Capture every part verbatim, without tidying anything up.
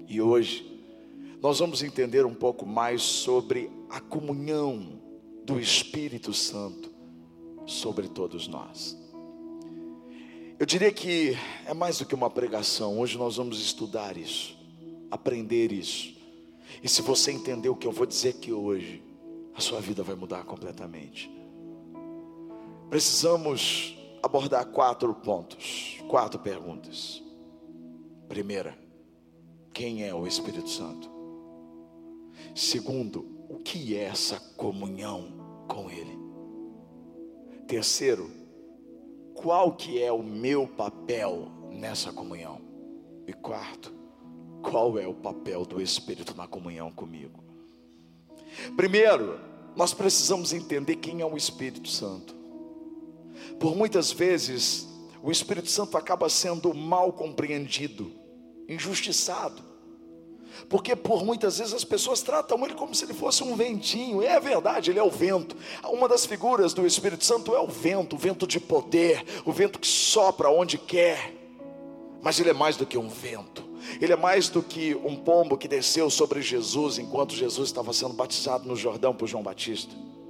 E hoje nós vamos entender um pouco mais sobre a comunhão do Espírito Santo sobre todos nós. Eu diria que é mais do que uma pregação. Hoje nós vamos estudar isso, aprender isso. E se você entender o que eu vou dizer aqui hoje, a sua vida vai mudar completamente. Precisamos abordar quatro pontos, quatro perguntas. Primeira, quem é o Espírito Santo? Segundo, o que é essa comunhão com Ele? Terceiro, qual que é o meu papel nessa comunhão? E quarto, qual é o papel do Espírito na comunhão comigo? Primeiro, nós precisamos entender quem é o Espírito Santo. Por muitas vezes, o Espírito Santo acaba sendo mal compreendido, injustiçado. Porque por muitas vezes as pessoas tratam ele como se ele fosse um ventinho. E é verdade, ele é o vento. Uma das figuras do Espírito Santo é o vento, o vento de poder, o vento que sopra onde quer. Mas ele é mais do que um vento. Ele é mais do que um pombo que desceu sobre Jesus enquanto Jesus estava sendo batizado no Jordão por João Batista.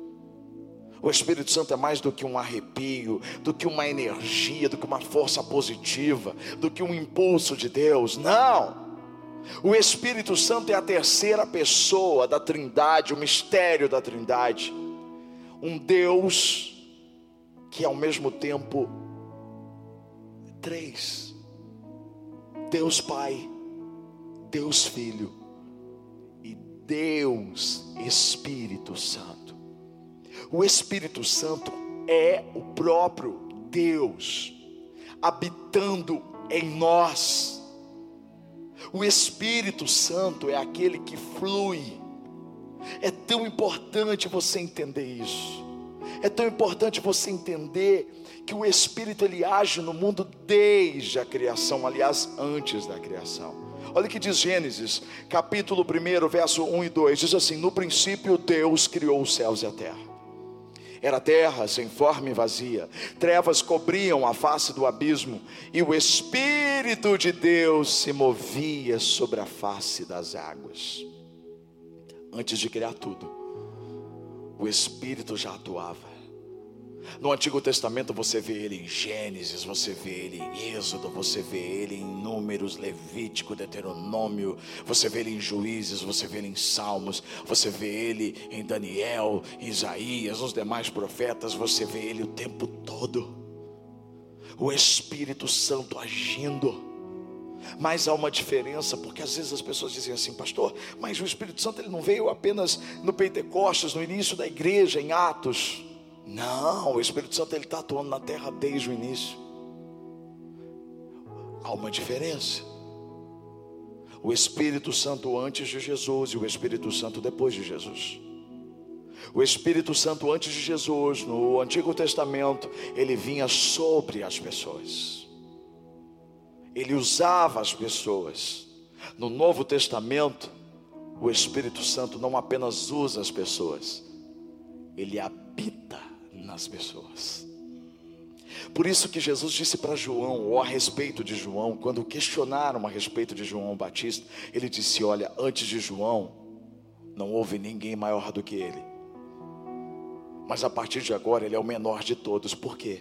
O Espírito Santo é mais do que um arrepio, do que uma energia, do que uma força positiva, do que um impulso de Deus. Não! O Espírito Santo é a terceira pessoa da Trindade, o mistério da Trindade. Um Deus que ao mesmo tempo é três: Deus Pai, Deus Filho e Deus Espírito Santo. O Espírito Santo é o próprio Deus habitando em nós. O Espírito Santo é aquele que flui. É tão importante você entender isso. É tão importante você entender que o Espírito ele age no mundo desde a criação, aliás, antes da criação. Olha o que diz Gênesis, capítulo um, verso um e dois, diz assim: no princípio Deus criou os céus e a terra. Era terra sem forma e vazia, trevas cobriam a face do abismo, e o Espírito de Deus se movia sobre a face das águas. Antes de criar tudo, o Espírito já atuava. No Antigo Testamento você vê ele em Gênesis, você vê ele em Êxodo, você vê ele em Números, Levítico, Deuteronômio, você vê ele em Juízes, você vê ele em Salmos, você vê ele em Daniel, Isaías, os demais profetas, você vê ele o tempo todo. O Espírito Santo agindo. Mas há uma diferença, porque às vezes as pessoas dizem assim: pastor, mas o Espírito Santo ele não veio apenas no Pentecostes, no início da igreja, em Atos. Não, o Espírito Santo ele está atuando na terra desde o início. Há uma diferença. O Espírito Santo antes de Jesus e o Espírito Santo depois de Jesus. O Espírito Santo antes de Jesus, no Antigo Testamento, ele vinha sobre as pessoas. Ele usava as pessoas. No Novo Testamento, o Espírito Santo não apenas usa as pessoas, ele habita nas pessoas. Por isso que Jesus disse para João, ou a respeito de João, quando questionaram a respeito de João Batista, ele disse: olha, antes de João não houve ninguém maior do que ele, mas a partir de agora ele é o menor de todos. Por quê?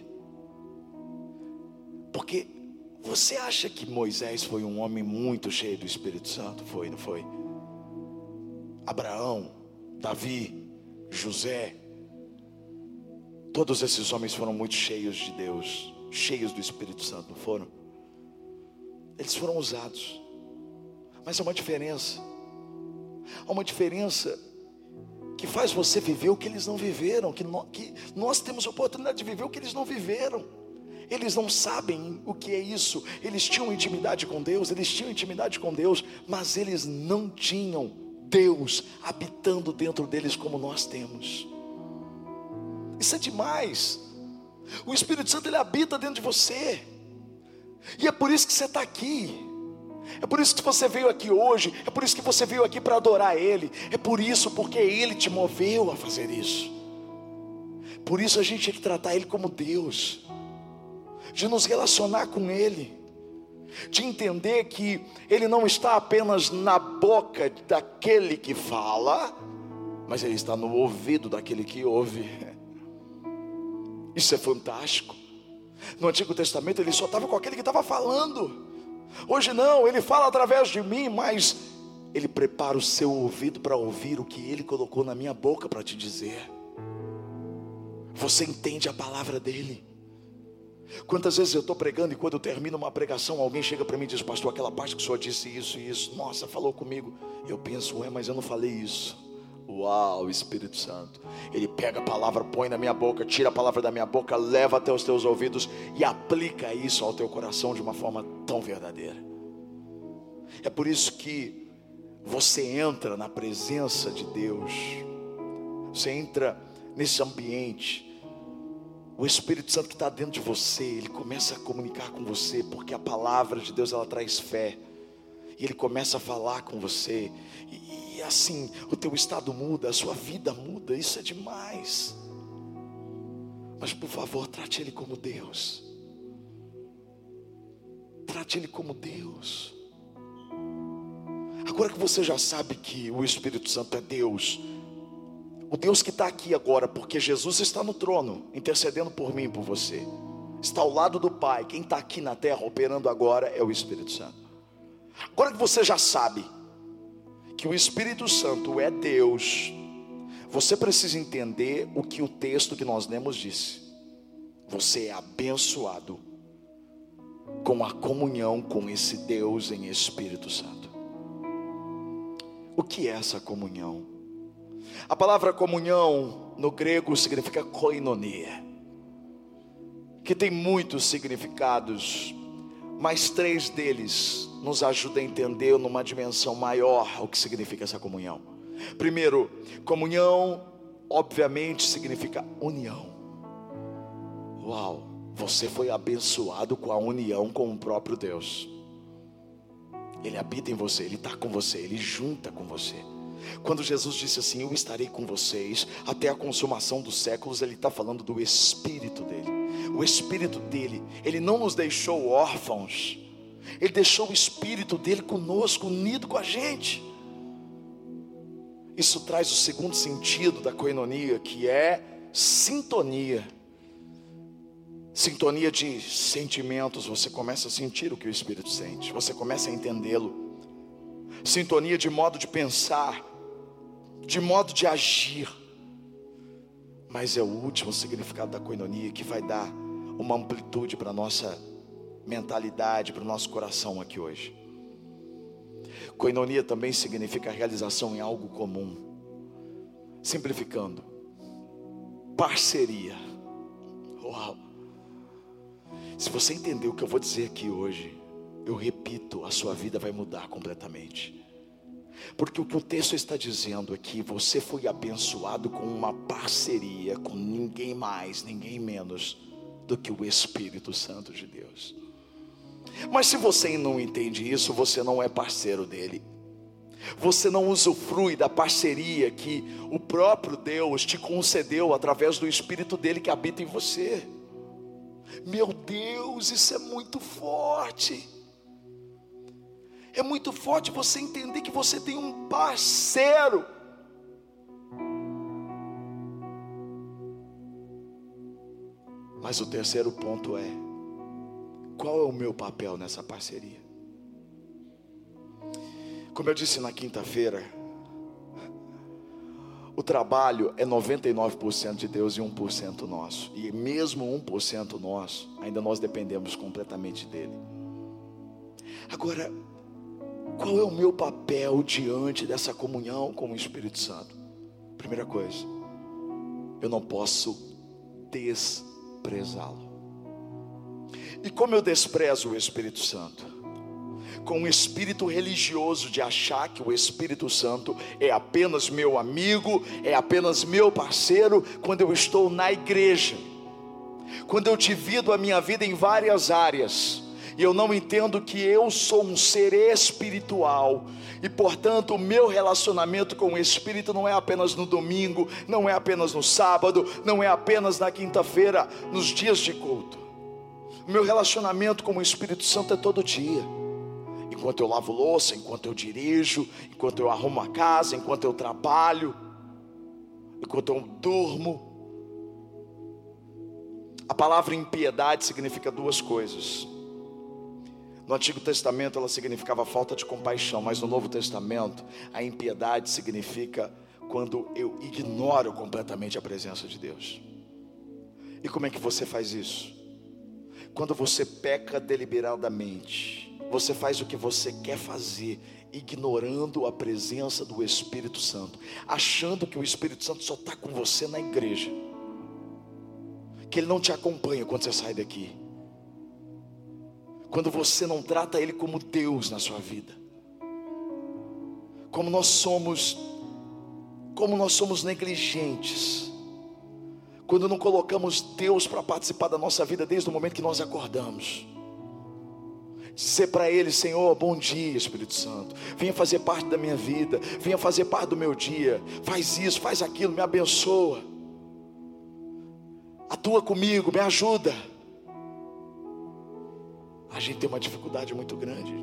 Porque você acha que Moisés foi um homem muito cheio do Espírito Santo? Foi, não foi? Abraão, Davi, José, todos esses homens foram muito cheios de Deus, cheios do Espírito Santo, não foram? Eles foram usados. Mas há uma diferença. Há uma diferença que faz você viver o que eles não viveram, que nós, que nós temos a oportunidade de viver o que eles não viveram. Eles não sabem o que é isso. Eles tinham intimidade com Deus, eles tinham intimidade com Deus, mas eles não tinham Deus habitando dentro deles como nós temos. Isso é demais. O Espírito Santo ele habita dentro de você. E é por isso que você está aqui. É por isso que você veio aqui hoje. É por isso que você veio aqui para adorar Ele. É por isso, porque Ele te moveu a fazer isso. Por isso a gente tem que tratar Ele como Deus, de nos relacionar com Ele, de entender que Ele não está apenas na boca daquele que fala, mas Ele está no ouvido daquele que ouve. Isso é fantástico. No Antigo Testamento Ele só estava com aquele que estava falando. Hoje não, Ele fala através de mim, mas Ele prepara o seu ouvido para ouvir o que Ele colocou na minha boca para te dizer. Você entende a palavra dEle? Quantas vezes eu estou pregando e quando eu termino uma pregação, alguém chega para mim e diz: pastor, aquela parte que o senhor disse isso e isso, nossa, falou comigo. Eu penso, ué, mas eu não falei isso. Uau, Espírito Santo, Ele pega a palavra, põe na minha boca, tira a palavra da minha boca, leva até os teus ouvidos e aplica isso ao teu coração de uma forma tão verdadeira. É por isso que você entra na presença de Deus, você entra nesse ambiente, o Espírito Santo que está dentro de você, ele começa a comunicar com você, porque a palavra de Deus, ela traz fé, e ele começa a falar com você, e, e assim, o teu estado muda, a sua vida muda, isso é demais. Mas por favor, trate Ele como Deus, trate Ele como Deus. Agora que você já sabe que o Espírito Santo é Deus, o Deus que está aqui agora, porque Jesus está no trono, intercedendo por mim e por você, está ao lado do Pai. Quem está aqui na terra operando agora é o Espírito Santo. Agora que você já sabe que o Espírito Santo é Deus, você precisa entender o que o texto que nós lemos disse: você é abençoado com a comunhão com esse Deus em Espírito Santo. O que é essa comunhão? A palavra comunhão no grego significa koinonia, que tem muitos significados, mas três deles nos ajudam a entender numa dimensão maior o que significa essa comunhão. Primeiro, comunhão obviamente significa união. Uau, você foi abençoado com a união com o próprio Deus. Ele habita em você, Ele está com você, Ele junta com você. Quando Jesus disse assim: eu estarei com vocês até a consumação dos séculos, Ele está falando do Espírito dEle. O Espírito dEle, Ele não nos deixou órfãos, Ele deixou o Espírito dEle conosco, unido com a gente. Isso traz o segundo sentido da koinonia, que é sintonia. Sintonia de sentimentos, você começa a sentir o que o Espírito sente, você começa a entendê-lo. Sintonia de modo de pensar, de modo de agir. Mas é o último significado da koinonia que vai dar uma amplitude para a nossa mentalidade, para o nosso coração aqui hoje. Koinonia também significa realização em algo comum. Simplificando, parceria. Uau! Se você entender o que eu vou dizer aqui hoje, eu repito, a sua vida vai mudar completamente. Porque o que o texto está dizendo aqui, você foi abençoado com uma parceria com ninguém mais, ninguém menos do que o Espírito Santo de Deus. Mas se você não entende isso, você não é parceiro dele. Você não usufrui da parceria que o próprio Deus te concedeu através do Espírito dele que habita em você. Meu Deus, isso é muito forte. É muito forte você entender que você tem um parceiro. Mas o terceiro ponto é: qual é o meu papel nessa parceria? Como eu disse na quinta-feira, o trabalho é noventa e nove por cento de Deus e um por cento nosso. E mesmo um por cento nosso, ainda nós dependemos completamente dele. Agora, qual é o meu papel diante dessa comunhão com o Espírito Santo? Primeira coisa, eu não posso desprezá-lo. E como eu desprezo o Espírito Santo? Com um espírito religioso de achar que o Espírito Santo é apenas meu amigo, é apenas meu parceiro quando eu estou na igreja, quando eu divido a minha vida em várias áreas, e eu não entendo que eu sou um ser espiritual, e portanto o meu relacionamento com o Espírito não é apenas no domingo, não é apenas no sábado, não é apenas na quinta-feira, nos dias de culto. O meu relacionamento com o Espírito Santo é todo dia. Enquanto eu lavo louça, enquanto eu dirijo, enquanto eu arrumo a casa, enquanto eu trabalho, enquanto eu durmo. A palavra impiedade significa duas coisas. No Antigo Testamento ela significava falta de compaixão, mas no Novo Testamento a impiedade significa quando eu ignoro completamente a presença de Deus. E como é que você faz isso? Quando você peca deliberadamente, você faz o que você quer fazer, ignorando a presença do Espírito Santo, achando que o Espírito Santo só está com você na igreja, que Ele não te acompanha quando você sai daqui, quando você não trata Ele como Deus na sua vida. Como nós somos, como nós somos negligentes, quando não colocamos Deus para participar da nossa vida desde o momento que nós acordamos. Dizer para Ele: Senhor, bom dia Espírito Santo, venha fazer parte da minha vida, venha fazer parte do meu dia, faz isso, faz aquilo, me abençoa, atua comigo, me ajuda. A gente tem uma dificuldade muito grande.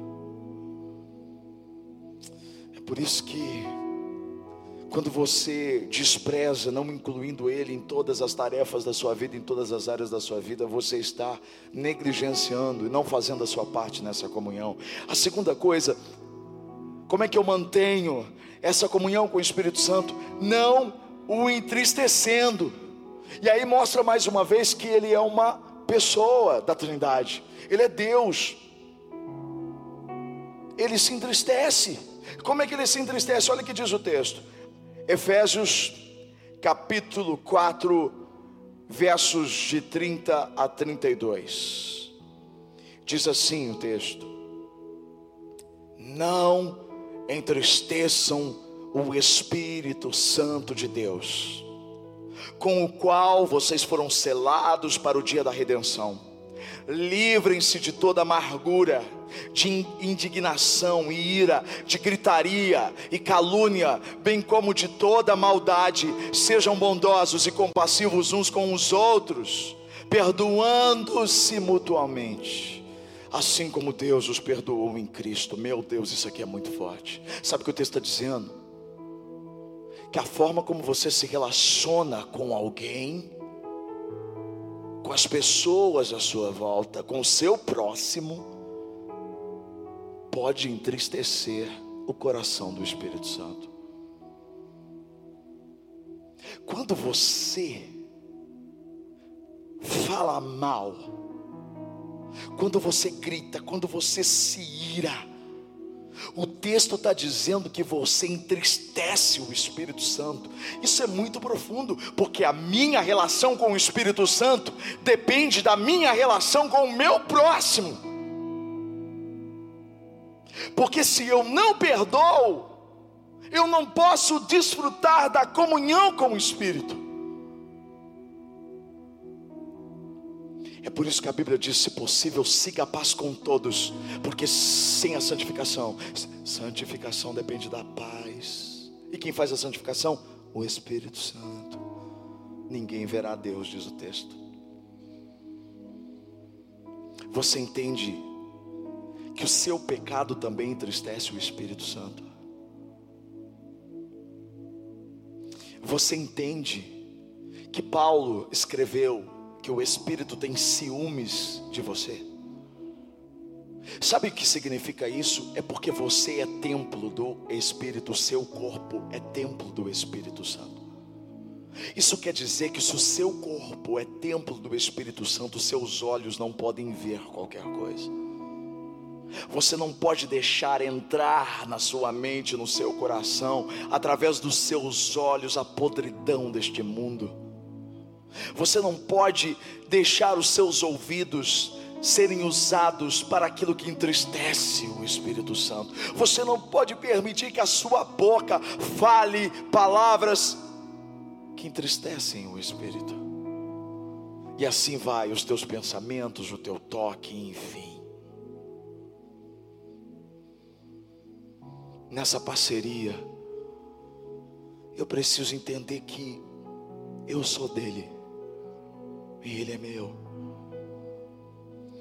É por isso que quando você despreza, não incluindo Ele em todas as tarefas da sua vida, em todas as áreas da sua vida, você está negligenciando e não fazendo a sua parte nessa comunhão. A segunda coisa, como é que eu mantenho essa comunhão com o Espírito Santo? Não o entristecendo. E aí mostra mais uma vez que Ele é uma pessoa da Trindade. Ele é Deus. Ele se entristece. Como é que Ele se entristece? Olha o que diz o texto. Efésios capítulo quatro, versos de trinta a trinta e dois. Diz assim o texto: não entristeçam o Espírito Santo de Deus, com o qual vocês foram selados para o dia da redenção. Livrem-se de toda amargura, de indignação e ira, de gritaria e calúnia, bem como de toda maldade. Sejam bondosos e compassivos uns com os outros, perdoando-se mutuamente, assim como Deus os perdoou em Cristo. Meu Deus, isso aqui é muito forte. Sabe o que o texto está dizendo? Que a forma como você se relaciona com alguém, com as pessoas à sua volta, com o seu próximo, pode entristecer o coração do Espírito Santo. Quando você fala mal, quando você grita, quando você se ira, o texto está dizendo que você entristece o Espírito Santo. Isso é muito profundo, porque a minha relação com o Espírito Santo depende da minha relação com o meu próximo. Porque se eu não perdoo, eu não posso desfrutar da comunhão com o Espírito. É por isso que a Bíblia diz: se possível, siga a paz com todos, porque sem a santificação, santificação depende da paz. E quem faz a santificação? O Espírito Santo. Ninguém verá Deus, diz o texto. Você entende que o seu pecado também entristece o Espírito Santo? Você entende que Paulo escreveu que o Espírito tem ciúmes de você? Sabe o que significa isso? É porque você é templo do Espírito, o seu corpo é templo do Espírito Santo. Isso quer dizer que se o seu corpo é templo do Espírito Santo, seus olhos não podem ver qualquer coisa. Você não pode deixar entrar na sua mente, no seu coração, através dos seus olhos, a podridão deste mundo. Você não pode deixar os seus ouvidos serem usados para aquilo que entristece o Espírito Santo. Você não pode permitir que a sua boca fale palavras que entristecem o Espírito. E assim vai os teus pensamentos, o teu toque, enfim. Nessa parceria, eu preciso entender que eu sou dele e ele é meu.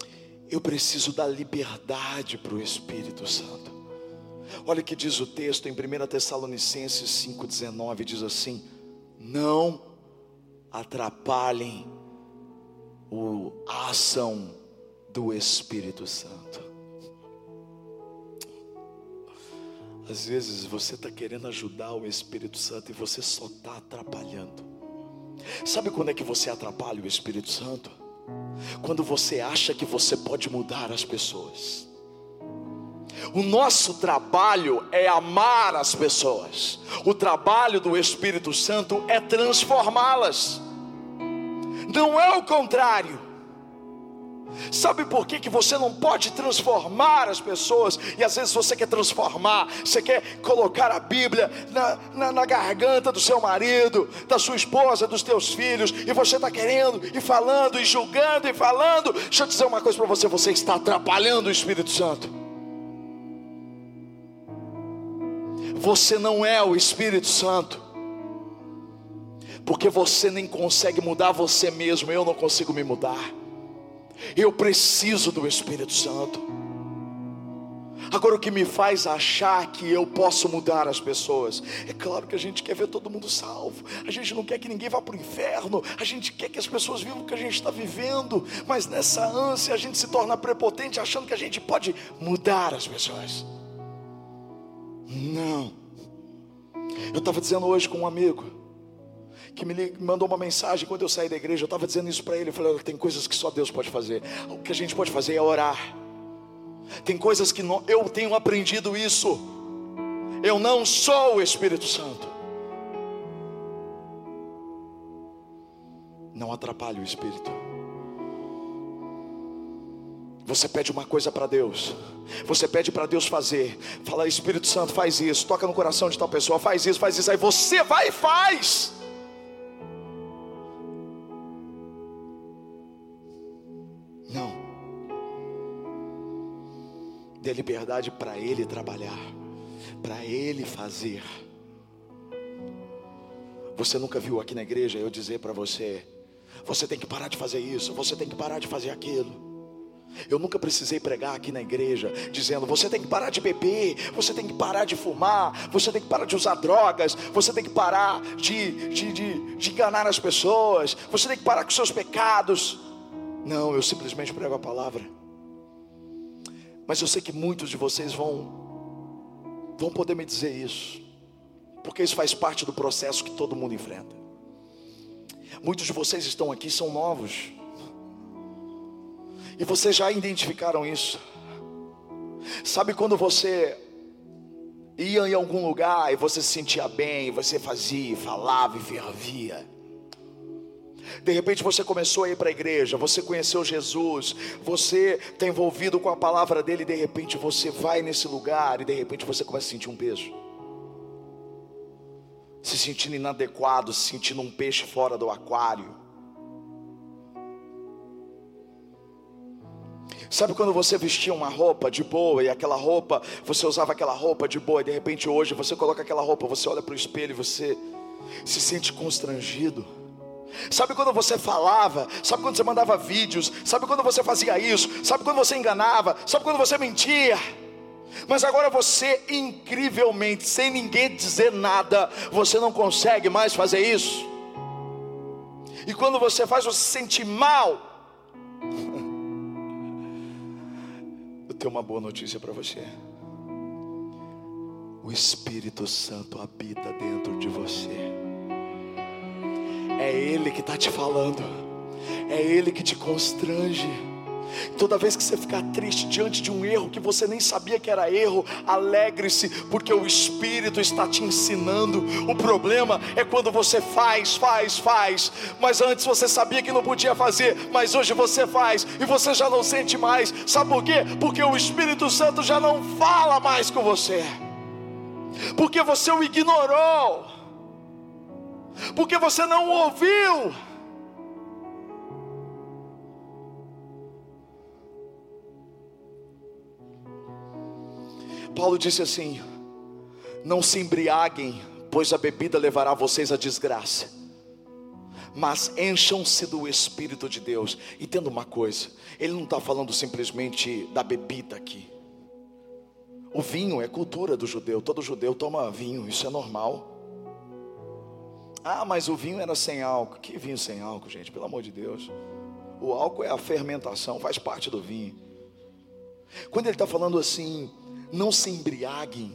eu preciso dar liberdade para o Espírito Santo. Olha o que diz o texto em primeira Tessalonicenses cinco, dezenove, diz assim: não atrapalhem o, a ação do Espírito Santo. Às vezes você está querendo ajudar o Espírito Santo e você só está atrapalhando. Sabe quando é que você atrapalha o Espírito Santo? Quando você acha que você pode mudar as pessoas. O nosso trabalho é amar as pessoas. O trabalho do Espírito Santo é transformá-las. Não é o contrário. Sabe por que, que você não pode transformar as pessoas? E às vezes você quer transformar, você quer colocar a Bíblia na, na, na garganta do seu marido, da sua esposa, dos teus filhos, e você está querendo, e falando, e julgando, e falando. Deixa eu dizer uma coisa para você: você está atrapalhando o Espírito Santo. Você não é o Espírito Santo, porque você nem consegue mudar você mesmo. Eu não consigo me mudar. Eu preciso do Espírito Santo. Agora, o que me faz achar que eu posso mudar as pessoas? É claro que a gente quer ver todo mundo salvo. A gente não quer que ninguém vá para o inferno. A gente quer que as pessoas vivam o que a gente está vivendo. Mas nessa ânsia a gente se torna prepotente, achando que a gente pode mudar as pessoas. Não. Eu estava dizendo hoje com um amigo que me mandou uma mensagem quando eu saí da igreja. Eu estava dizendo isso para ele. Eu falei: tem coisas que só Deus pode fazer. O que a gente pode fazer é orar. Tem coisas que não, eu tenho aprendido isso. Eu não sou o Espírito Santo. Não atrapalhe o Espírito. Você pede uma coisa para Deus, você pede para Deus fazer. Fala: Espírito Santo, faz isso. Toca no coração de tal pessoa, faz isso, faz isso. Aí você vai e faz. Não. Dê liberdade para Ele trabalhar, para Ele fazer. Você nunca viu aqui na igreja eu dizer para você: você tem que parar de fazer isso, você tem que parar de fazer aquilo. Eu nunca precisei pregar aqui na igreja dizendo: você tem que parar de beber, você tem que parar de fumar, você tem que parar de usar drogas, você tem que parar de, de, de, de enganar as pessoas, você tem que parar com seus pecados. Não, eu simplesmente prego a palavra. Mas eu sei que muitos de vocês vão Vão poder me dizer isso, porque isso faz parte do processo que todo mundo enfrenta. Muitos de vocês estão aqui, são novos, e vocês já identificaram isso. Sabe quando você ia em algum lugar e você se sentia bem, você fazia, falava e fervia. De repente você começou a ir para a igreja, você conheceu Jesus, você está envolvido com a palavra dele, e de repente você vai nesse lugar e de repente você começa a sentir um peso, se sentindo inadequado, se sentindo um peixe fora do aquário. Sabe quando você vestia uma roupa de boa, e aquela roupa, você usava aquela roupa de boa, e de repente hoje você coloca aquela roupa, você olha para o espelho e você se sente constrangido? Sabe quando você falava, sabe quando você mandava vídeos, sabe quando você fazia isso, sabe quando você enganava, sabe quando você mentia? Mas agora você, incrivelmente, sem ninguém dizer nada, você não consegue mais fazer isso. E quando você faz, você se sente mal. Eu tenho uma boa notícia para você: o Espírito Santo habita dentro de você. É Ele que está te falando, é Ele que te constrange. Toda vez que você ficar triste diante de um erro que você nem sabia que era erro, alegre-se, porque o Espírito está te ensinando. O problema é quando você faz, faz, faz, mas antes você sabia que não podia fazer, mas hoje você faz e você já não sente mais. Sabe por quê? Porque o Espírito Santo já não fala mais com você, porque você o ignorou, porque você não o ouviu. Paulo disse assim: não se embriaguem, pois a bebida levará vocês à desgraça. mas encham-se do Espírito de Deus. Entenda uma coisa, ele não está falando simplesmente da bebida aqui. O vinho é cultura do judeu, todo judeu toma vinho, isso é normal. Ah, mas o vinho era sem álcool. Que vinho sem álcool, gente? Pelo amor de Deus. O álcool é a fermentação, faz parte do vinho. Quando ele está falando assim, não se embriaguem,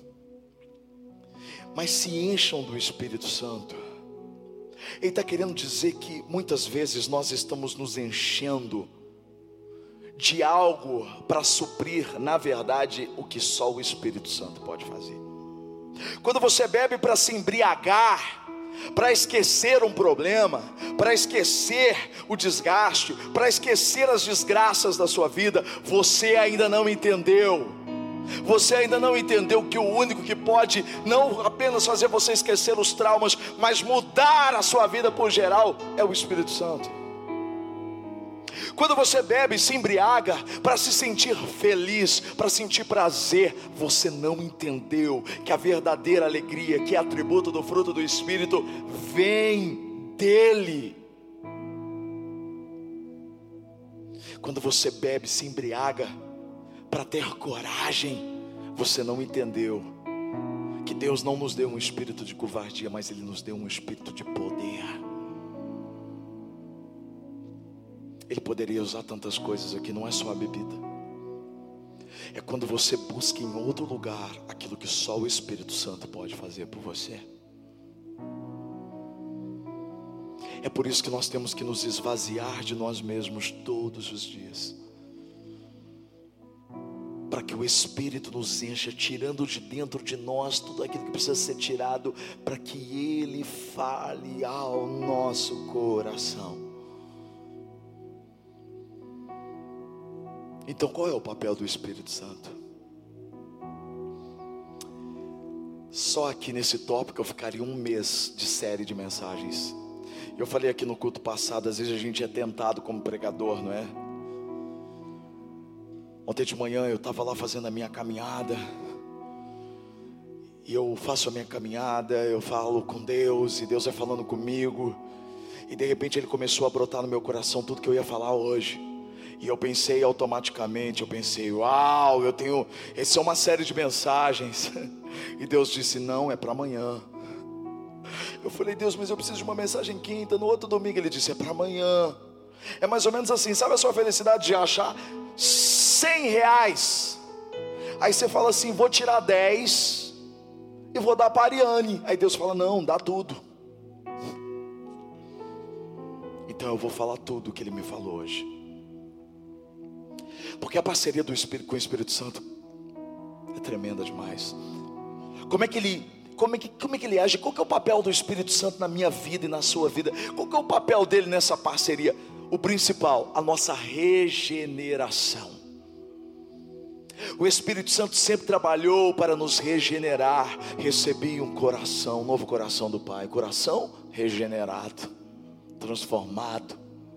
mas se encham do Espírito Santo. Ele está querendo dizer que muitas vezes nós estamos nos enchendo de algo para suprir, na verdade, o que só o Espírito Santo pode fazer. Quando você bebe para se embriagar, para esquecer um problema, para esquecer o desgaste, para esquecer as desgraças da sua vida, você ainda não entendeu. Você ainda não entendeu que o único que pode não apenas fazer você esquecer os traumas, mas mudar a sua vida por geral, é o Espírito Santo. Quando você bebe e se embriaga para se sentir feliz, para sentir prazer, você não entendeu que a verdadeira alegria, que é atributo do fruto do Espírito, vem dele. Quando você bebe e se embriaga para ter coragem, você não entendeu que Deus não nos deu um espírito de covardia, mas Ele nos deu um espírito de poder. Ele poderia usar tantas coisas aqui, não é só a bebida. É quando você busca em outro lugar aquilo que só o Espírito Santo pode fazer por você. É por isso que nós temos que nos esvaziar de nós mesmos todos os dias, para que o Espírito nos encha, tirando de dentro de nós tudo aquilo que precisa ser tirado, para que Ele fale ao nosso coração. Então, qual é o papel do Espírito Santo? Só aqui nesse tópico eu ficaria um mês de série de mensagens. Eu falei aqui no culto passado, às vezes a gente é tentado como pregador, não é? Ontem de manhã eu estava lá fazendo a minha caminhada, e eu faço a minha caminhada, eu falo com Deus, e Deus vai falando comigo, e de repente Ele começou a brotar no meu coração tudo que eu ia falar hoje. E eu pensei automaticamente, eu pensei, uau, eu tenho, essa é uma série de mensagens. E Deus disse, não, é para amanhã. Eu falei, Deus, mas eu preciso de uma mensagem quinta. No outro domingo Ele disse, é para amanhã. É mais ou menos assim, sabe a sua felicidade de achar cem reais? Aí você fala assim, vou tirar dez e vou dar para a Ariane. Aí Deus fala, não, dá tudo. Então eu vou falar tudo o que Ele me falou hoje. Porque a parceria do Espírito com o Espírito Santo é tremenda demais. Como é que ele, como é que, como é que ele age? Qual que é o papel do Espírito Santo na minha vida e na sua vida? Qual que é o papel dele nessa parceria? O principal, a nossa regeneração. O Espírito Santo sempre trabalhou para nos regenerar. Recebi um coração, um novo coração do Pai, coração regenerado, transformado.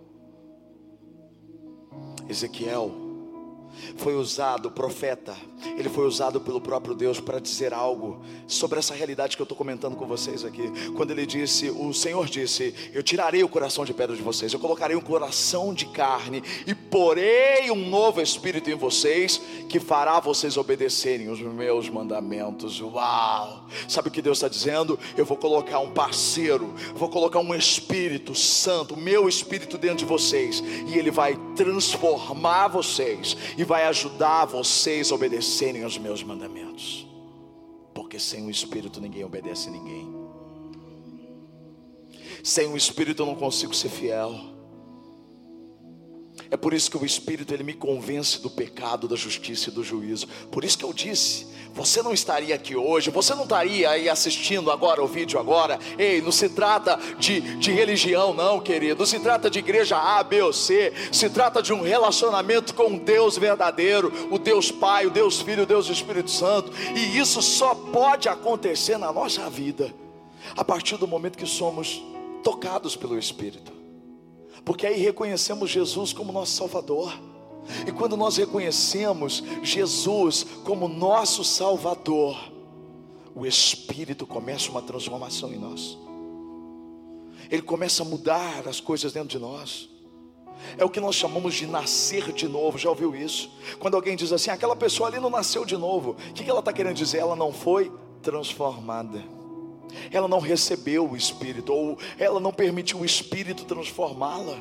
Ezequiel foi usado, o profeta, ele foi usado pelo próprio Deus para dizer algo sobre essa realidade que eu estou comentando com vocês aqui. Quando ele disse, o Senhor disse, eu tirarei o coração de pedra de vocês, eu colocarei um coração de carne e porei um novo espírito em vocês, que fará vocês obedecerem os meus mandamentos. Uau! Sabe o que Deus está dizendo? Eu vou colocar um parceiro, vou colocar um Espírito Santo, meu Espírito dentro de vocês, e ele vai transformar vocês e vai ajudar vocês a obedecerem aos meus mandamentos. Porque sem o Espírito ninguém obedece a ninguém. Sem o Espírito eu não consigo ser fiel. É por isso que o Espírito ele me convence do pecado, da justiça e do juízo. Por isso que eu disse, você não estaria aqui hoje, você não estaria aí assistindo agora o vídeo agora. Ei, não se trata de, de religião não, querido. Não se trata de igreja A, B ou C. Se trata de um relacionamento com Deus verdadeiro, o Deus Pai, o Deus Filho, o Deus Espírito Santo. E isso só pode acontecer na nossa vida a partir do momento que somos tocados pelo Espírito. Porque aí reconhecemos Jesus como nosso Salvador. E quando nós reconhecemos Jesus como nosso Salvador, o Espírito começa uma transformação em nós. Ele começa a mudar as coisas dentro de nós. É o que nós chamamos de nascer de novo. Já ouviu isso? Quando alguém diz assim, aquela pessoa ali não nasceu de novo, o que ela está querendo dizer? Ela não foi transformada, ela não recebeu o Espírito, ou ela não permitiu o Espírito transformá-la.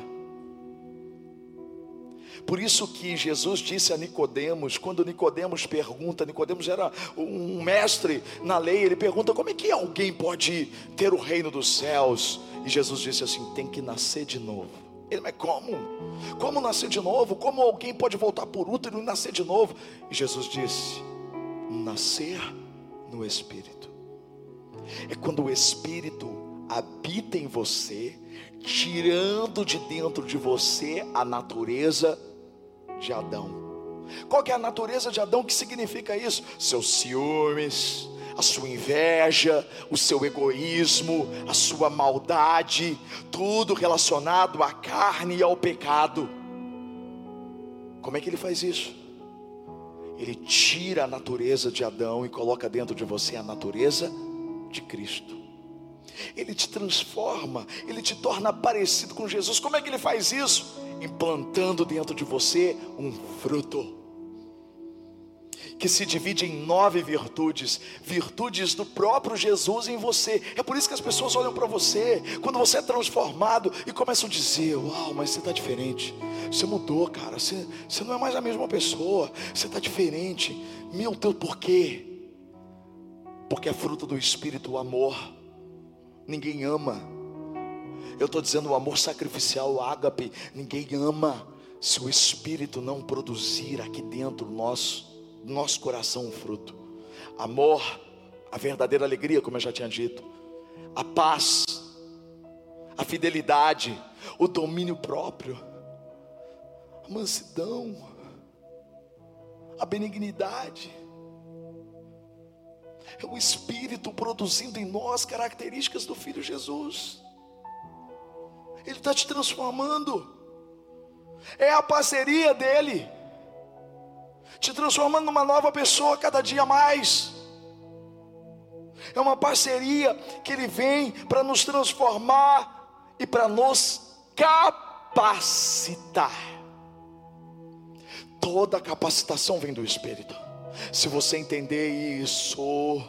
Por isso que Jesus disse a Nicodemos, quando Nicodemos pergunta, Nicodemos era um mestre na lei, ele pergunta, como é que alguém pode ter o reino dos céus? E Jesus disse assim, tem que nascer de novo. Ele, mas como? Como nascer de novo? Como alguém pode voltar por útero e nascer de novo? E Jesus disse, nascer no Espírito. É quando o Espírito habita em você, tirando de dentro de você a natureza de Adão. Qual que é a natureza de Adão? O que significa isso? Seus ciúmes, a sua inveja, o seu egoísmo, a sua maldade, tudo relacionado à carne e ao pecado. Como é que ele faz isso? Ele tira a natureza de Adão e coloca dentro de você a natureza de Cristo. Ele te transforma, ele te torna parecido com Jesus. Como é que ele faz isso? Implantando dentro de você um fruto que se divide em nove virtudes, virtudes do próprio Jesus em você. É por isso que as pessoas olham para você, quando você é transformado, e começam a dizer, uau, mas você está diferente, você mudou, cara, você, você não é mais a mesma pessoa, você está diferente. Meu Deus, por quê? Porque é fruto do Espírito, o amor. Ninguém ama, eu estou dizendo o amor sacrificial, o ágape. Ninguém ama se o Espírito não produzir aqui dentro do nosso, do nosso coração um fruto. Amor, a verdadeira alegria, como eu já tinha dito, a paz, a fidelidade, o domínio próprio, a mansidão, a benignidade. É o Espírito produzindo em nós características do Filho Jesus. Ele está te transformando. É a parceria dele, te transformando numa nova pessoa cada dia mais. É uma parceria que ele vem para nos transformar e para nos capacitar. Toda a capacitação vem do Espírito. Se você entender isso,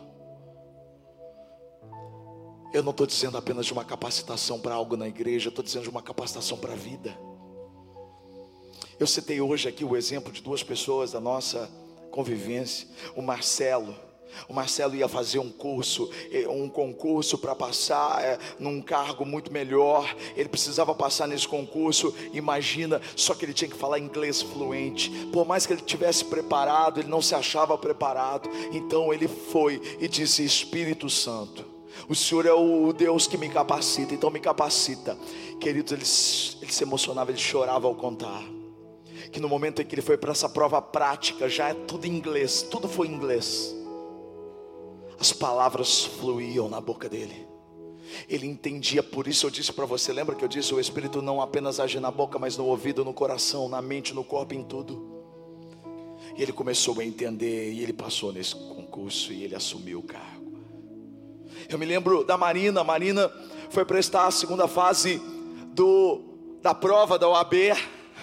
eu não estou dizendo apenas de uma capacitação para algo na igreja, eu estou dizendo de uma capacitação para a vida. Eu citei hoje aqui o exemplo de duas pessoas da nossa convivência. O Marcelo, o Marcelo ia fazer um curso, um concurso para passar é, num cargo muito melhor. Ele precisava passar nesse concurso, imagina, só que ele tinha que falar inglês fluente. Por mais que ele tivesse preparado, ele não se achava preparado. Então ele foi e disse, Espírito Santo, o Senhor é o Deus que me capacita, então me capacita. Queridos, ele, ele se emocionava, ele chorava ao contar que no momento em que ele foi para essa prova prática, já é tudo em inglês, tudo foi em inglês. As palavras fluíam na boca dele, ele entendia. Por isso eu disse para você, lembra que eu disse, o Espírito não apenas age na boca, mas no ouvido, no coração, na mente, no corpo, em tudo. E ele começou a entender, e ele passou nesse concurso, e ele assumiu o cargo. Eu me lembro da Marina, a Marina foi prestar a segunda fase do, da prova da O A B,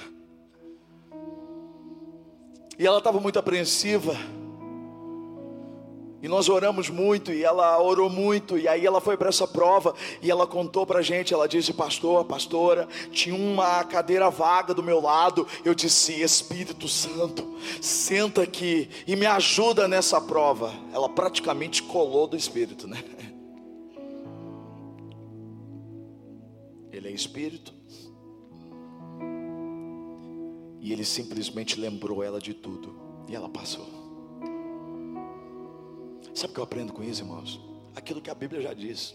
e ela estava muito apreensiva, e nós oramos muito, e ela orou muito, e aí ela foi para essa prova, e ela contou para a gente, ela disse, pastor, pastora, tinha uma cadeira vaga do meu lado, eu disse, Espírito Santo, senta aqui, e me ajuda nessa prova. Ela praticamente colou do Espírito, né? Ele é Espírito, e ele simplesmente lembrou ela de tudo, e ela passou. Sabe o que eu aprendo com isso, irmãos? Aquilo que a Bíblia já diz.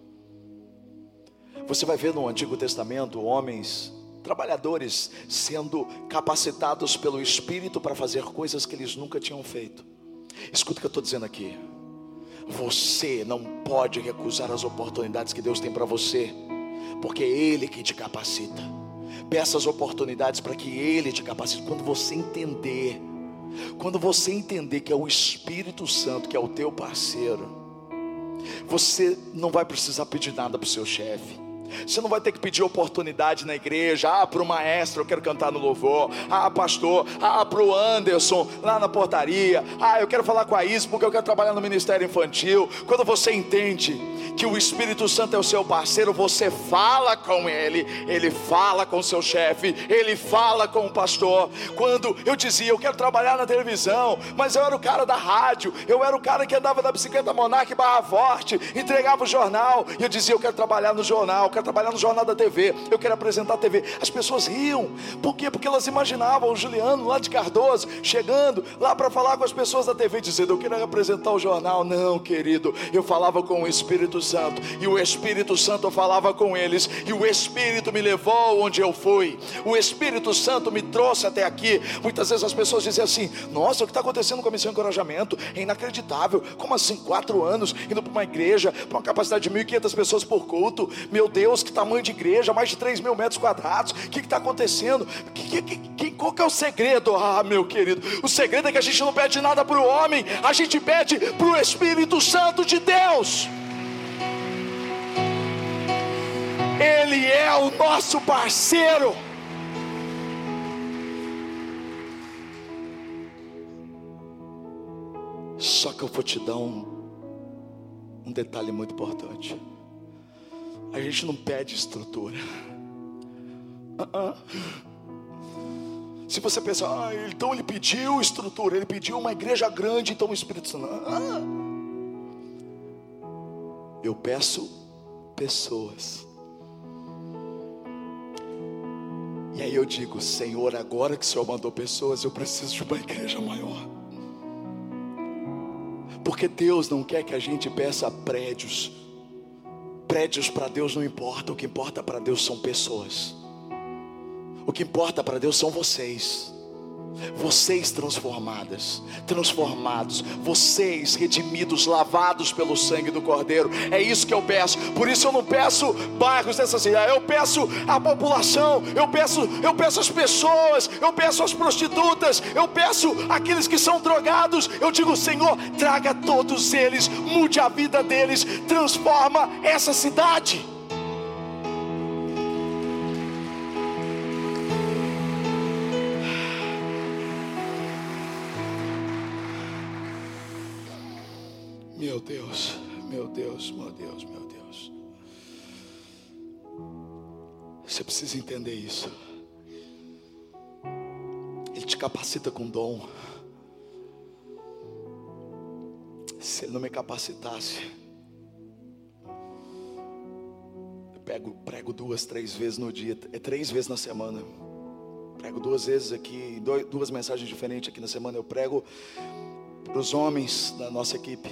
Você vai ver no Antigo Testamento homens, trabalhadores, sendo capacitados pelo Espírito para fazer coisas que eles nunca tinham feito. Escuta o que eu estou dizendo aqui. Você não pode recusar as oportunidades que Deus tem para você, porque é Ele que te capacita. Peça as oportunidades para que Ele te capacite. Quando você entender, quando você entender que é o Espírito Santo que é o teu parceiro, você não vai precisar pedir nada para o seu chefe, Você não vai ter que pedir oportunidade na igreja. Ah, para o maestro, eu quero cantar no louvor. Ah, pastor, ah, para o Anderson, lá na portaria. Ah, eu quero falar com a Is, porque eu quero trabalhar no ministério infantil. Quando você entende que o Espírito Santo é o seu parceiro, você fala com ele, ele fala com o seu chefe, ele fala com o pastor. Quando eu dizia, eu quero trabalhar na televisão, mas eu era o cara da rádio, eu era o cara que andava na bicicleta Monark Barra Forte, entregava o jornal, e eu dizia, eu quero trabalhar no jornal, eu quero trabalhar no jornal da T V, eu quero apresentar a T V. As pessoas riam. Por quê? Porque elas imaginavam o Juliano lá de Cardoso, chegando lá para falar com as pessoas da T V, dizendo, eu quero apresentar o jornal. Não, querido, eu falava com o Espírito Santo, e o Espírito Santo falava com eles, e o Espírito me levou onde eu fui, o Espírito Santo me trouxe até aqui. Muitas vezes as pessoas dizem assim, nossa, o que está acontecendo com a Missão Encorajamento é inacreditável. Como assim, quatro anos indo para uma igreja, para uma capacidade de mil e quinhentas pessoas por culto? Meu Deus, que tamanho de igreja, mais de três mil metros quadrados, o que está acontecendo? Que, que, que, qual que é o segredo? Ah, meu querido, o segredo é que a gente não pede nada para o homem, a gente pede para o Espírito Santo de Deus. Ele é o nosso parceiro. Só que eu vou te dar um, um detalhe muito importante. A gente não pede estrutura. uh-uh. Se você pensar, ah, então ele pediu estrutura, ele pediu uma igreja grande, então o Espírito Santo. uh-uh. Eu peço pessoas. E aí eu digo, Senhor, agora que o Senhor mandou pessoas, eu preciso de uma igreja maior. Porque Deus não quer que a gente peça prédios. Prédios para Deus não importa. O que importa para Deus são pessoas. O que importa para Deus são vocês. Vocês transformadas, transformados, vocês redimidos, lavados pelo sangue do Cordeiro. É isso que eu peço. Por isso eu não peço bairros dessa cidade, eu peço a população, eu peço, eu peço as pessoas, eu peço as prostitutas, eu peço aqueles que são drogados. Eu digo, Senhor, traga todos eles, mude a vida deles, transforma essa cidade. Meu Deus, meu Deus, meu Deus, meu Deus. Você precisa entender isso. Ele te capacita com dom. Se Ele não me capacitasse, eu pego, prego duas, três vezes no dia, é três vezes na semana. Prego duas vezes aqui, dois, duas mensagens diferentes aqui na semana. Eu prego para os homens da nossa equipe.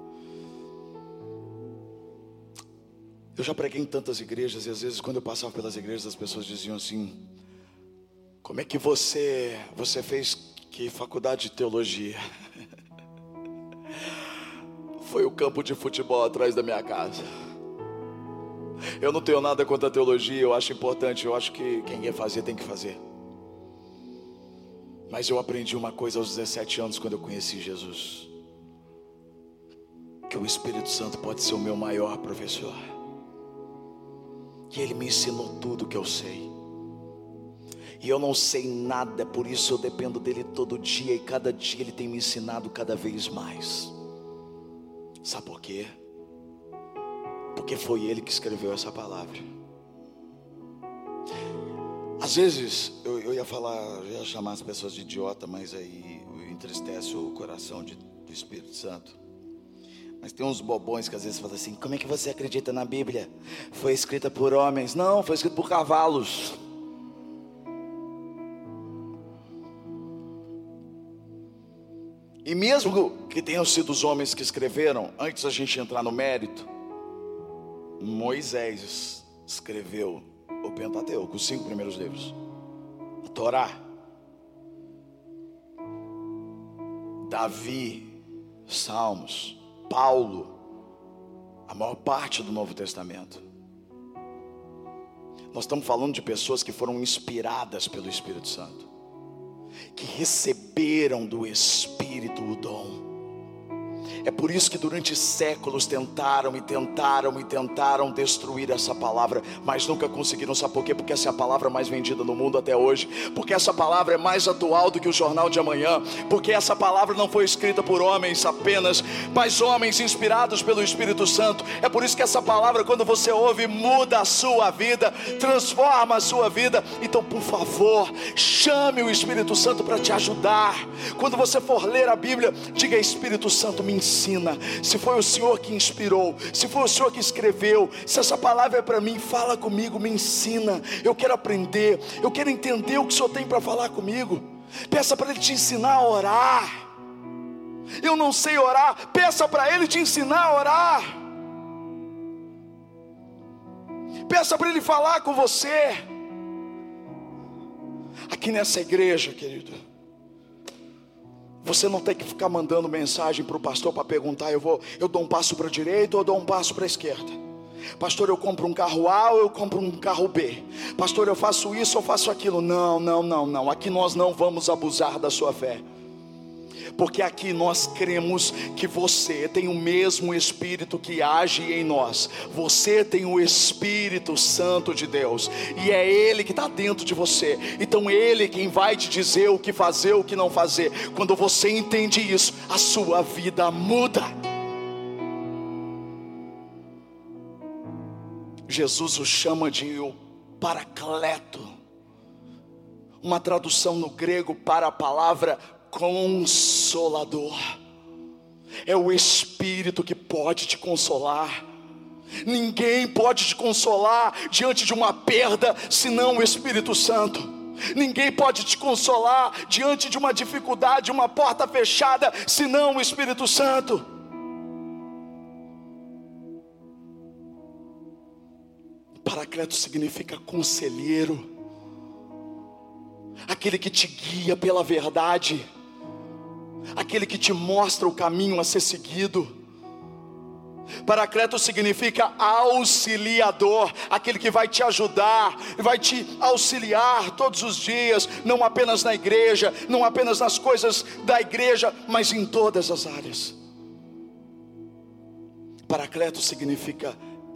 Eu já preguei em tantas igrejas, e às vezes quando eu passava pelas igrejas, as pessoas diziam assim, como é que você, você fez que faculdade de teologia? Foi o campo de futebol atrás da minha casa. Eu não tenho nada contra a teologia, eu acho importante, eu acho que quem quer fazer tem que fazer. Mas eu aprendi uma coisa aos dezessete anos, quando eu conheci Jesus, que o Espírito Santo pode ser o meu maior professor. E Ele me ensinou tudo que eu sei. E eu não sei nada, por isso eu dependo dEle todo dia. E cada dia Ele tem me ensinado cada vez mais. Sabe por quê? Porque foi Ele que escreveu essa palavra. Às vezes eu, eu ia falar, eu ia chamar as pessoas de idiota, mas aí entristece o coração de, do Espírito Santo. Mas tem uns bobões que às vezes falam assim, como é que você acredita na Bíblia? Foi escrita por homens. Não, foi escrita por cavalos. E mesmo que tenham sido os homens que escreveram, antes da gente entrar no mérito, Moisés escreveu o Pentateuco, os cinco primeiros livros, a Torá. Davi, Salmos, Paulo, a maior parte do Novo Testamento. Nós estamos falando de pessoas que foram inspiradas pelo Espírito Santo, que receberam do Espírito o dom. É por isso que durante séculos tentaram e tentaram e tentaram destruir essa palavra, mas nunca conseguiram. Sabe por quê? Porque essa é a palavra mais vendida no mundo até hoje, porque essa palavra é mais atual do que o jornal de amanhã, porque essa palavra não foi escrita por homens apenas, mas homens inspirados pelo Espírito Santo. É por isso que essa palavra, quando você ouve, muda a sua vida, transforma a sua vida. Então, por favor, chame o Espírito Santo para te ajudar. Quando você for ler a Bíblia, diga: Espírito Santo, me ensina. Se foi o Senhor que inspirou, se foi o Senhor que escreveu, se essa palavra é para mim, fala comigo, me ensina. Eu quero aprender, eu quero entender o que o Senhor tem para falar comigo. Peça para Ele te ensinar a orar. Eu não sei orar, peça para Ele te ensinar a orar. Peça para Ele falar com você. Aqui nessa igreja, querido, você não tem que ficar mandando mensagem para o pastor para perguntar: eu vou, eu dou um passo para a direita ou eu dou um passo para a esquerda? Pastor, eu compro um carro A ou eu compro um carro B? Pastor, eu faço isso ou faço aquilo? Não, não, não, não. Aqui nós não vamos abusar da sua fé, porque aqui nós cremos que você tem o mesmo Espírito que age em nós. Você tem o Espírito Santo de Deus, e é Ele que está dentro de você. Então Ele quem vai te dizer o que fazer, o que não fazer. Quando você entende isso, a sua vida muda. Jesus o chama de o Paracleto, uma tradução no grego para a palavra Consolador. É o Espírito que pode te consolar. Ninguém pode te consolar diante de uma perda senão o Espírito Santo. Ninguém pode te consolar diante de uma dificuldade, uma porta fechada, senão o Espírito Santo. Paracleto significa conselheiro, aquele que te guia pela verdade, aquele que te mostra o caminho a ser seguido. Paracleto significa auxiliador, aquele que vai te ajudar, vai te auxiliar todos os dias, não apenas na igreja, não apenas nas coisas da igreja, mas em todas as áreas. Paracleto significa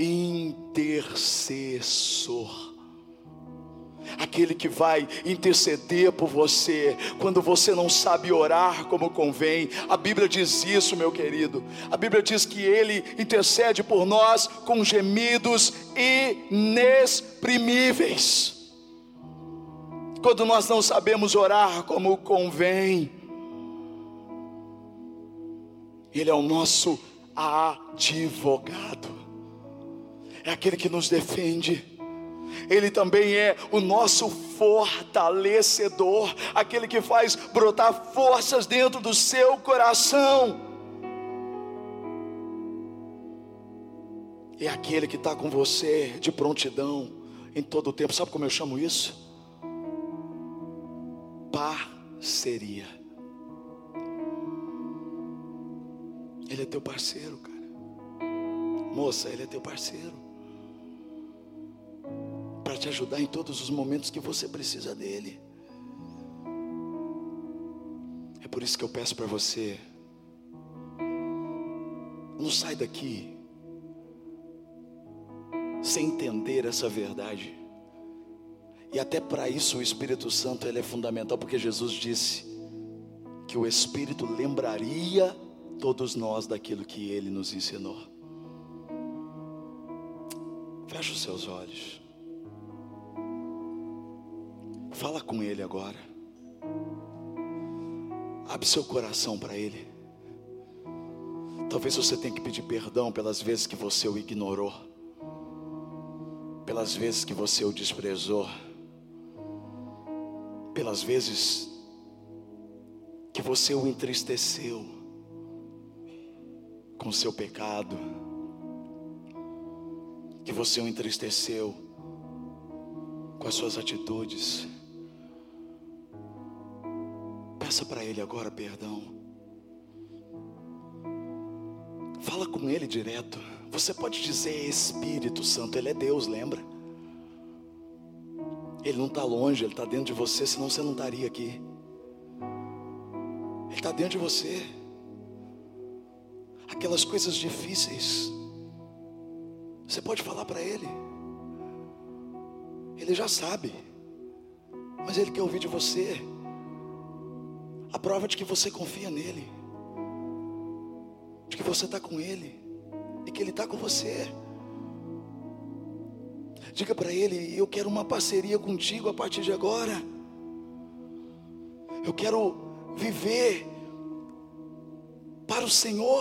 intercessor, aquele que vai interceder por você quando você não sabe orar como convém. A Bíblia diz isso, meu querido. A Bíblia diz que Ele intercede por nós com gemidos inexprimíveis. Quando nós não sabemos orar como convém, Ele é o nosso advogado, é aquele que nos defende. Ele também é o nosso fortalecedor, aquele que faz brotar forças dentro do seu coração. É aquele que está com você de prontidão em todo o tempo. Sabe como eu chamo isso? Parceria. Ele é teu parceiro, cara. Moça, Ele é teu parceiro, para te ajudar em todos os momentos que você precisa dele. É por isso que eu peço para você, não sai daqui sem entender essa verdade. E até para isso o Espírito Santo ele é fundamental, porque Jesus disse que o Espírito lembraria todos nós daquilo que Ele nos ensinou. Feche os seus olhos. Fala com Ele agora. Abre seu coração para Ele. Talvez você tenha que pedir perdão pelas vezes que você o ignorou, pelas vezes que você o desprezou, pelas vezes que você o entristeceu com seu pecado, que você o entristeceu com as suas atitudes. Peça para Ele agora perdão. Fala com Ele direto. Você pode dizer Espírito Santo, Ele é Deus, lembra? Ele não está longe, Ele está dentro de você, senão você não estaria aqui. Ele está dentro de você. aquelas coisas difíceis, você pode falar para Ele. Ele já sabe, mas Ele quer ouvir de você a prova de que você confia nele, de que você está com Ele e que Ele está com você. Diga para Ele: eu quero uma parceria contigo a partir de agora. Eu quero viver para o Senhor.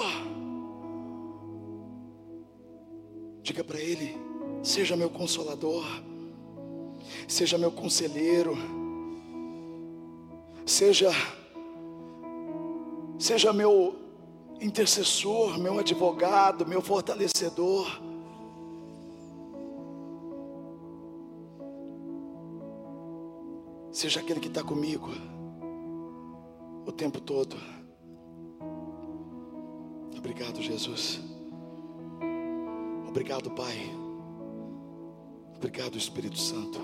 Diga para Ele: seja meu consolador, seja meu conselheiro, seja, seja meu intercessor, meu advogado, meu fortalecedor. Seja aquele que está comigo o tempo todo. Obrigado, Jesus. Obrigado, Pai. Obrigado, Espírito Santo.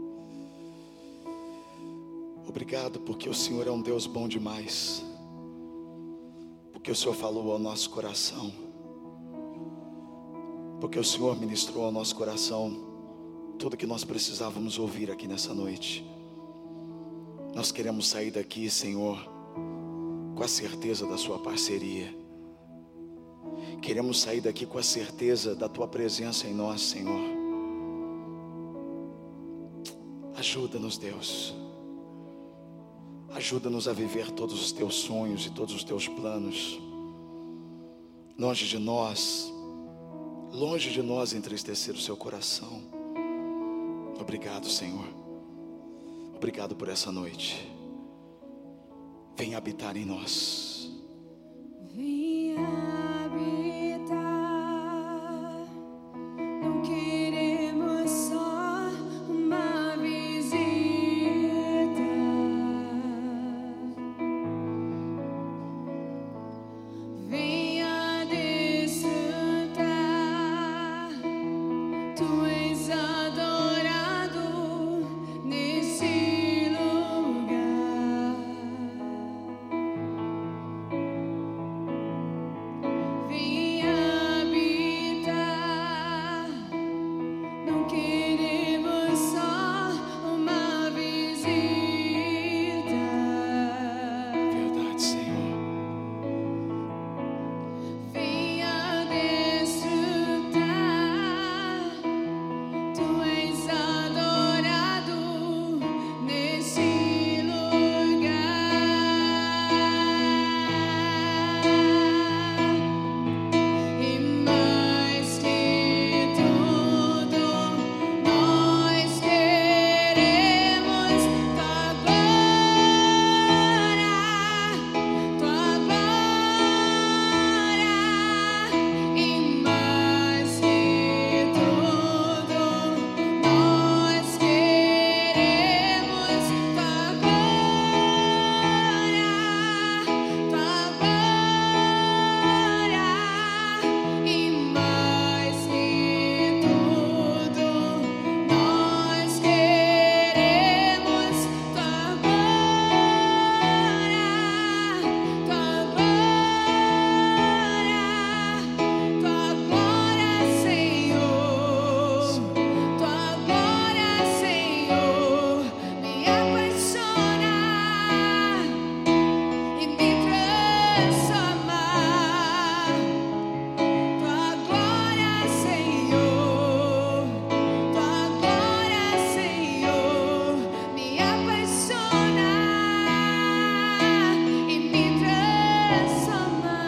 Obrigado porque o Senhor é um Deus bom demais. Porque o Senhor falou ao nosso coração. Porque o Senhor ministrou ao nosso coração tudo que nós precisávamos ouvir aqui nessa noite. Nós queremos sair daqui, Senhor, com a certeza da sua parceria. Queremos sair daqui com a certeza da tua presença em nós, Senhor. Ajuda-nos, Deus. Ajuda-nos a viver todos os teus sonhos e todos os teus planos. Longe de nós, longe de nós entristecer o seu coração. Obrigado, Senhor. Obrigado por essa noite. Venha habitar em nós. Venha habitar. Não queremos só uma visita. Venha desfrutar. Tu és adorado nesse lugar. Venha habitar. Não queremos só uma visita. Verdade, Senhor. Venha desfrutar. Tu és adorado nesse lugar. E mais que tudo, nós queremos tua glória, tua glória. E mais que tudo, nós queremos tua glória, tua glória. E mais que tudo, nós queremos tua glória, tua glória, tua glória, Senhor, tua glória, Senhor, me apaixona e me transforma. Tua glória, Senhor, tua glória, Senhor, me apaixona e me transforma.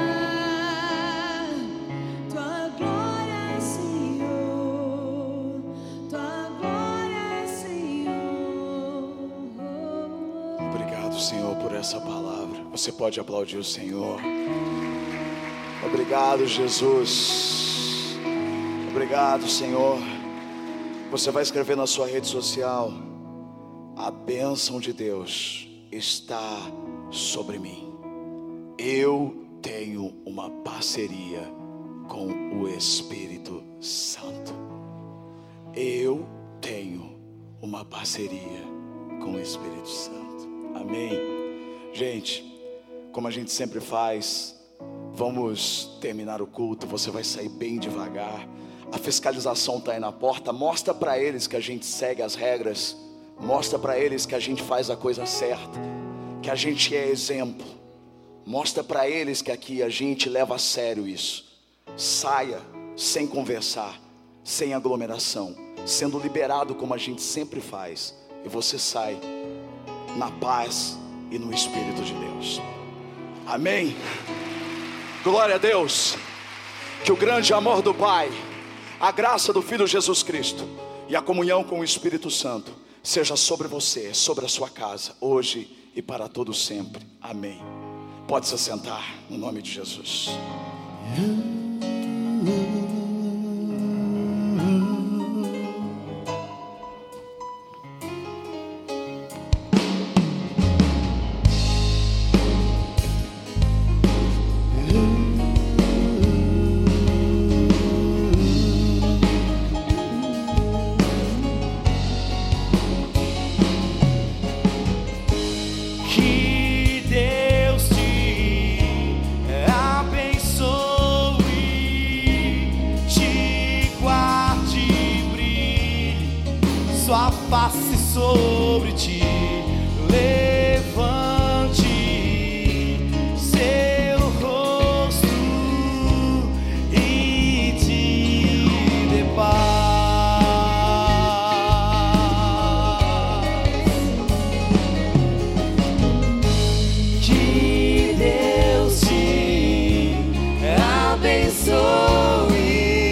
Tua glória, Senhor, tua glória, Senhor. Obrigado, Senhor, por essa palavra. Você pode aplaudir o Senhor. Obrigado, Jesus. Obrigado, Senhor. Você vai escrever na sua rede social: a bênção de Deus está sobre mim. Eu tenho uma parceria com o Espírito Santo. Eu tenho uma parceria com o Espírito Santo. Amém. Gente, como a gente sempre faz, Vamos terminar o culto, você vai sair bem devagar. A fiscalização está aí na porta. Mostra para eles que a gente segue as regras. Mostra para eles que a gente faz a coisa certa, que a gente é exemplo. Mostra para eles que aqui a gente leva a sério isso. Saia sem conversar, sem aglomeração, sendo liberado como a gente sempre faz. E você sai na paz e no Espírito de Deus. Amém? Glória a Deus. Que o grande amor do Pai, a graça do Filho Jesus Cristo e a comunhão com o Espírito Santo seja sobre você, sobre a sua casa, hoje e para todo sempre. Amém. Pode se sentar no nome de Jesus. Sua face sobre ti, levante seu rosto e te dê paz. Que Deus te abençoe,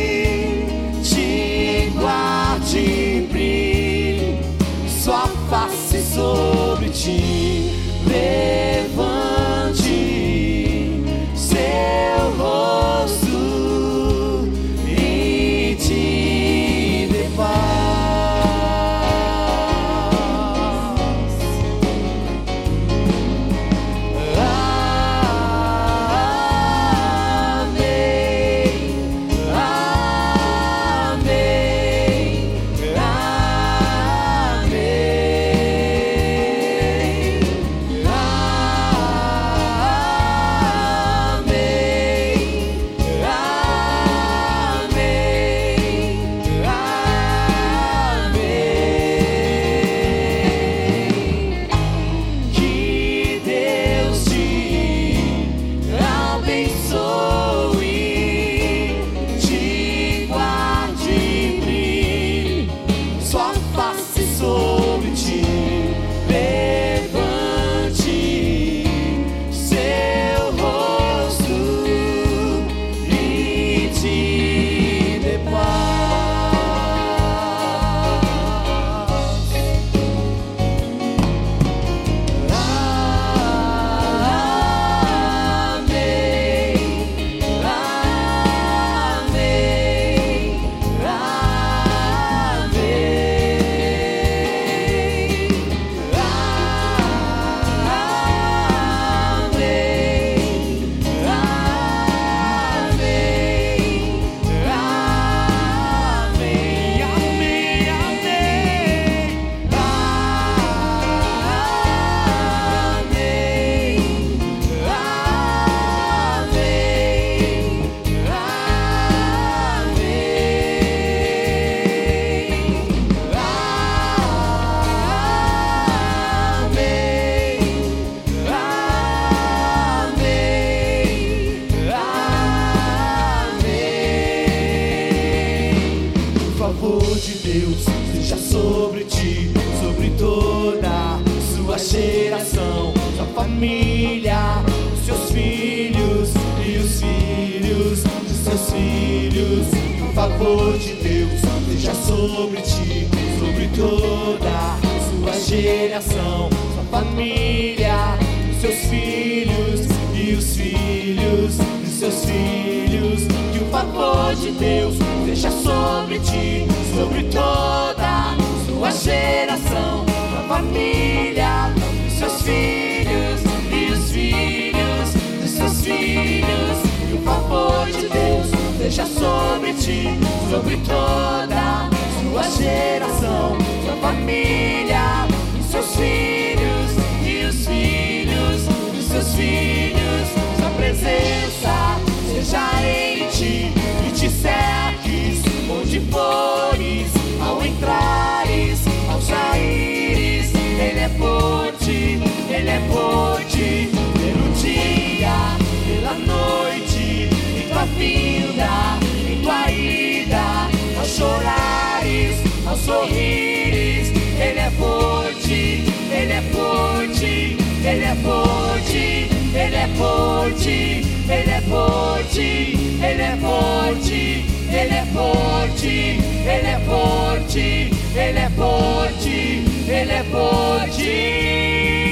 te guarde, sua face sobre ti, levante seu rosto e te dê paz. Geração, sua família, os seus filhos e os filhos de seus filhos. O favor de Deus seja sobre ti, sobre toda sua geração, sua família, os seus filhos e os filhos de seus filhos. Que o favor de Deus seja sobre ti, sobre toda sua geração, sua família, seus filhos e os filhos de seus filhos. Que o favor de Deus seja sobre ti, sobre toda sua geração, sua família, seus filhos e os filhos de seus filhos. Sua presença esteja em ti e te cerques onde fores, ao entrares, ao saíres. Ele é por ti, Ele é por ti, pelo dia, pela noite, em tua vinda, em tua ida, ao chorares, ao sorrires. Ele é por ti, Ele é por ti, Ele é por ti, Ele é por ti, Ele é por ti, Ele é por ti, Ele é por ti, Ele é por ti, Ele é por ti, Ele é por ti.